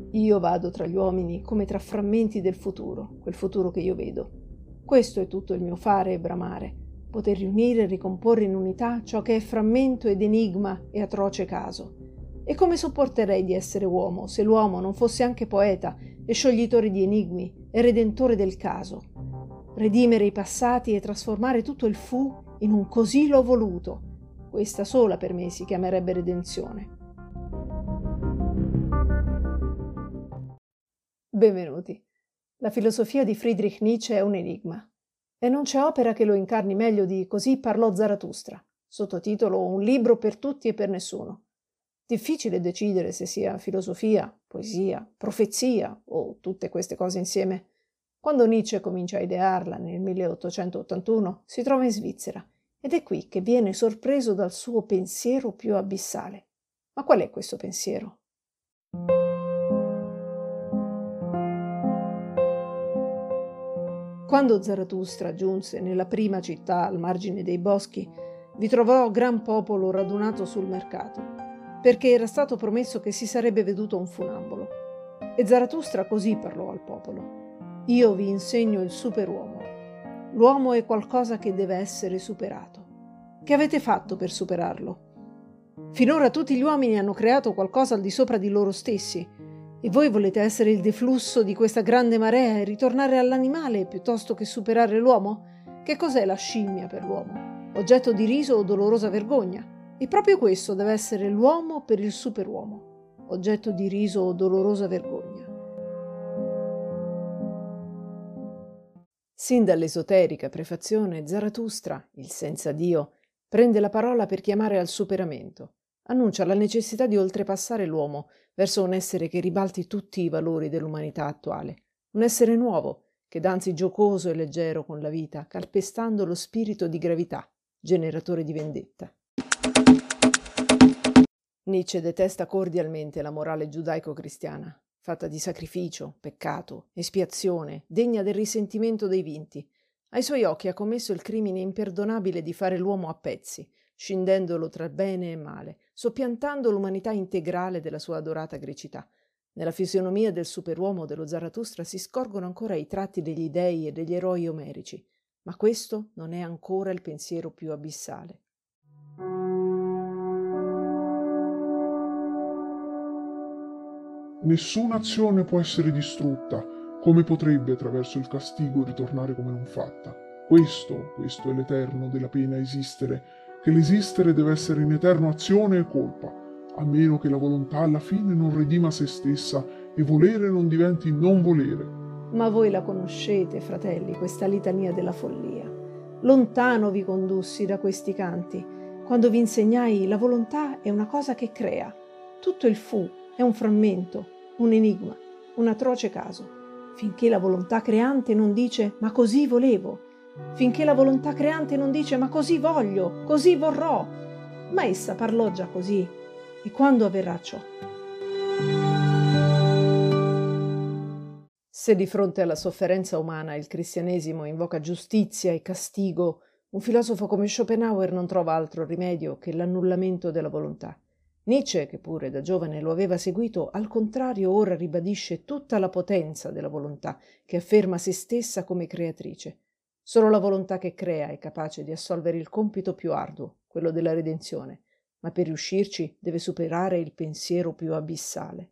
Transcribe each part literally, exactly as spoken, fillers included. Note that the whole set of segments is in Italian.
Io vado tra gli uomini come tra frammenti del futuro, quel futuro che io vedo. Questo è tutto il mio fare e bramare, poter riunire e ricomporre in unità ciò che è frammento ed enigma e atroce caso. E come sopporterei di essere uomo se l'uomo non fosse anche poeta e scioglitore di enigmi e redentore del caso? Redimere i passati e trasformare tutto il fu in un così l'ho voluto. Questa sola per me si chiamerebbe redenzione. Benvenuti. La filosofia di Friedrich Nietzsche è un enigma e non c'è opera che lo incarni meglio di Così parlò Zarathustra, sottotitolo Un libro per tutti e per nessuno. Difficile decidere se sia filosofia, poesia, profezia o tutte queste cose insieme. Quando Nietzsche comincia a idearla nel milleottocentottantuno si trova in Svizzera ed è qui che viene sorpreso dal suo pensiero più abissale. Ma qual è questo pensiero? Quando Zarathustra giunse nella prima città al margine dei boschi, vi trovò gran popolo radunato sul mercato, perché era stato promesso che si sarebbe veduto un funambolo. E Zarathustra così parlò al popolo: Io vi insegno il superuomo. L'uomo è qualcosa che deve essere superato. Che avete fatto per superarlo? Finora tutti gli uomini hanno creato qualcosa al di sopra di loro stessi, e voi volete essere il deflusso di questa grande marea e ritornare all'animale piuttosto che superare l'uomo? Che cos'è la scimmia per l'uomo? Oggetto di riso o dolorosa vergogna? E proprio questo deve essere l'uomo per il superuomo, oggetto di riso o dolorosa vergogna. Sin dall'esoterica prefazione, Zarathustra, il senza Dio, prende la parola per chiamare al superamento. Annuncia la necessità di oltrepassare l'uomo verso un essere che ribalti tutti i valori dell'umanità attuale, un essere nuovo, che danzi giocoso e leggero con la vita, calpestando lo spirito di gravità, generatore di vendetta. Nietzsche detesta cordialmente la morale giudaico-cristiana, fatta di sacrificio, peccato, espiazione, degna del risentimento dei vinti. Ai suoi occhi ha commesso il crimine imperdonabile di fare l'uomo a pezzi, scindendolo tra bene e male, soppiantando l'umanità integrale della sua adorata grecità. Nella fisionomia del superuomo dello Zarathustra si scorgono ancora i tratti degli dei e degli eroi omerici, ma questo non è ancora il pensiero più abissale. Nessuna azione può essere distrutta, come potrebbe attraverso il castigo ritornare come non fatta. Questo, questo è l'eterno della pena esistere, che l'esistere deve essere in eterno azione e colpa, a meno che la volontà alla fine non redima se stessa e volere non diventi non volere. Ma voi la conoscete, fratelli, questa litania della follia. Lontano vi condussi da questi canti, quando vi insegnai la volontà è una cosa che crea. Tutto il fu è un frammento, un enigma, un atroce caso. Finché la volontà creante non dice «ma così volevo», finché la volontà creante non dice «ma così voglio, così vorrò», ma essa parlò già così. E quando avverrà ciò? Se di fronte alla sofferenza umana il cristianesimo invoca giustizia e castigo, un filosofo come Schopenhauer non trova altro rimedio che l'annullamento della volontà. Nietzsche, che pure da giovane lo aveva seguito, al contrario ora ribadisce tutta la potenza della volontà, che afferma se stessa come creatrice. Solo la volontà che crea è capace di assolvere il compito più arduo, quello della redenzione, ma per riuscirci deve superare il pensiero più abissale.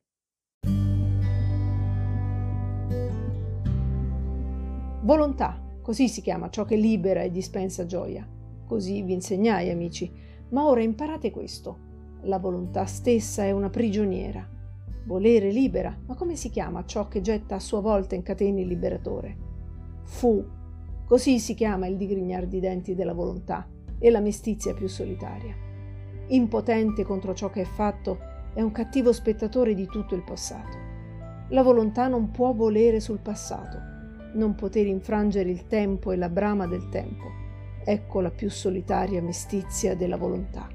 Volontà, così si chiama ciò che libera e dispensa gioia. Così vi insegnai, amici, ma ora imparate questo. La volontà stessa è una prigioniera. Volere libera, ma come si chiama ciò che getta a sua volta in catene il liberatore? Fu, così si chiama il digrignare di denti della volontà e la mestizia più solitaria. Impotente contro ciò che è fatto, è un cattivo spettatore di tutto il passato. La volontà non può volere sul passato, non poter infrangere il tempo e la brama del tempo. Ecco la più solitaria mestizia della volontà.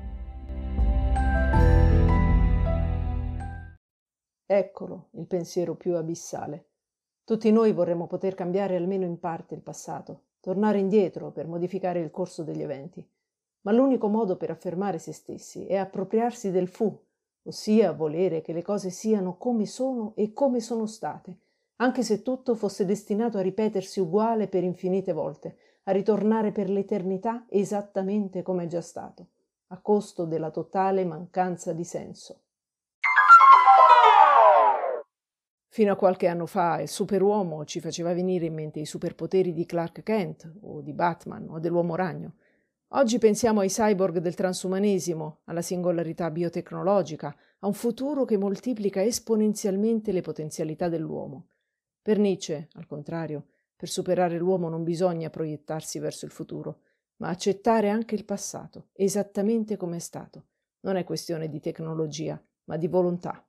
Eccolo il pensiero più abissale. Tutti noi vorremmo poter cambiare almeno in parte il passato, tornare indietro per modificare il corso degli eventi. Ma l'unico modo per affermare se stessi è appropriarsi del fu, ossia volere che le cose siano come sono e come sono state, anche se tutto fosse destinato a ripetersi uguale per infinite volte, a ritornare per l'eternità esattamente come è già stato, a costo della totale mancanza di senso. Fino a qualche anno fa il superuomo ci faceva venire in mente i superpoteri di Clark Kent o di Batman o dell'uomo ragno. Oggi pensiamo ai cyborg del transumanesimo, alla singolarità biotecnologica, a un futuro che moltiplica esponenzialmente le potenzialità dell'uomo. Per Nietzsche, al contrario, per superare l'uomo non bisogna proiettarsi verso il futuro, ma accettare anche il passato, esattamente come è stato. Non è questione di tecnologia, ma di volontà.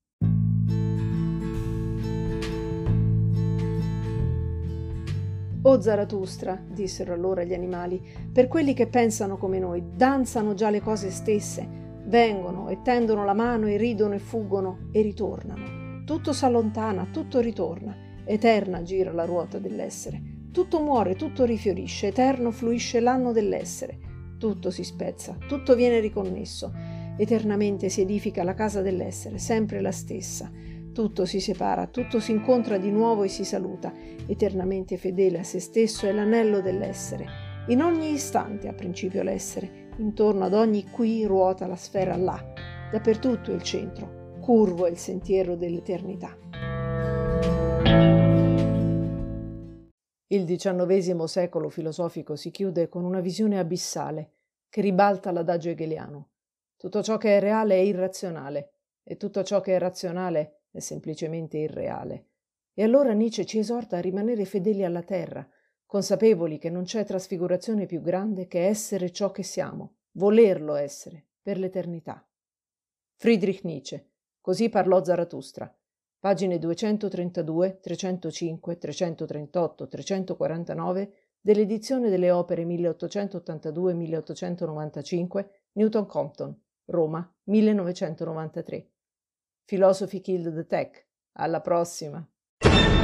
«O Zarathustra», dissero allora gli animali, «per quelli che pensano come noi, danzano già le cose stesse, vengono e tendono la mano e ridono e fuggono e ritornano. Tutto s'allontana, tutto ritorna, eterna gira la ruota dell'essere. Tutto muore, tutto rifiorisce, eterno fluisce l'anno dell'essere. Tutto si spezza, tutto viene riconnesso, eternamente si edifica la casa dell'essere, sempre la stessa. Tutto si separa, tutto si incontra di nuovo e si saluta, eternamente fedele a se stesso è l'anello dell'essere. In ogni istante ha principio l'essere, intorno ad ogni qui ruota la sfera là, dappertutto è il centro, curvo è il sentiero dell'eternità». Il diciannovesimo secolo filosofico si chiude con una visione abissale che ribalta l'adagio hegeliano. Tutto ciò che è reale è irrazionale e tutto ciò che è razionale è semplicemente irreale. E allora Nietzsche ci esorta a rimanere fedeli alla terra, consapevoli che non c'è trasfigurazione più grande che essere ciò che siamo, volerlo essere, per l'eternità. Friedrich Nietzsche, Così parlò Zarathustra, pagine duecentotrentadue, trecentocinque, trecentotrentotto, trecentoquarantanove dell'edizione delle opere milleottocentottantadue milleottocentonovantacinque, Newton Compton, Roma, millenovecentonovantatré. Philosophy Killed the Tech. Alla prossima!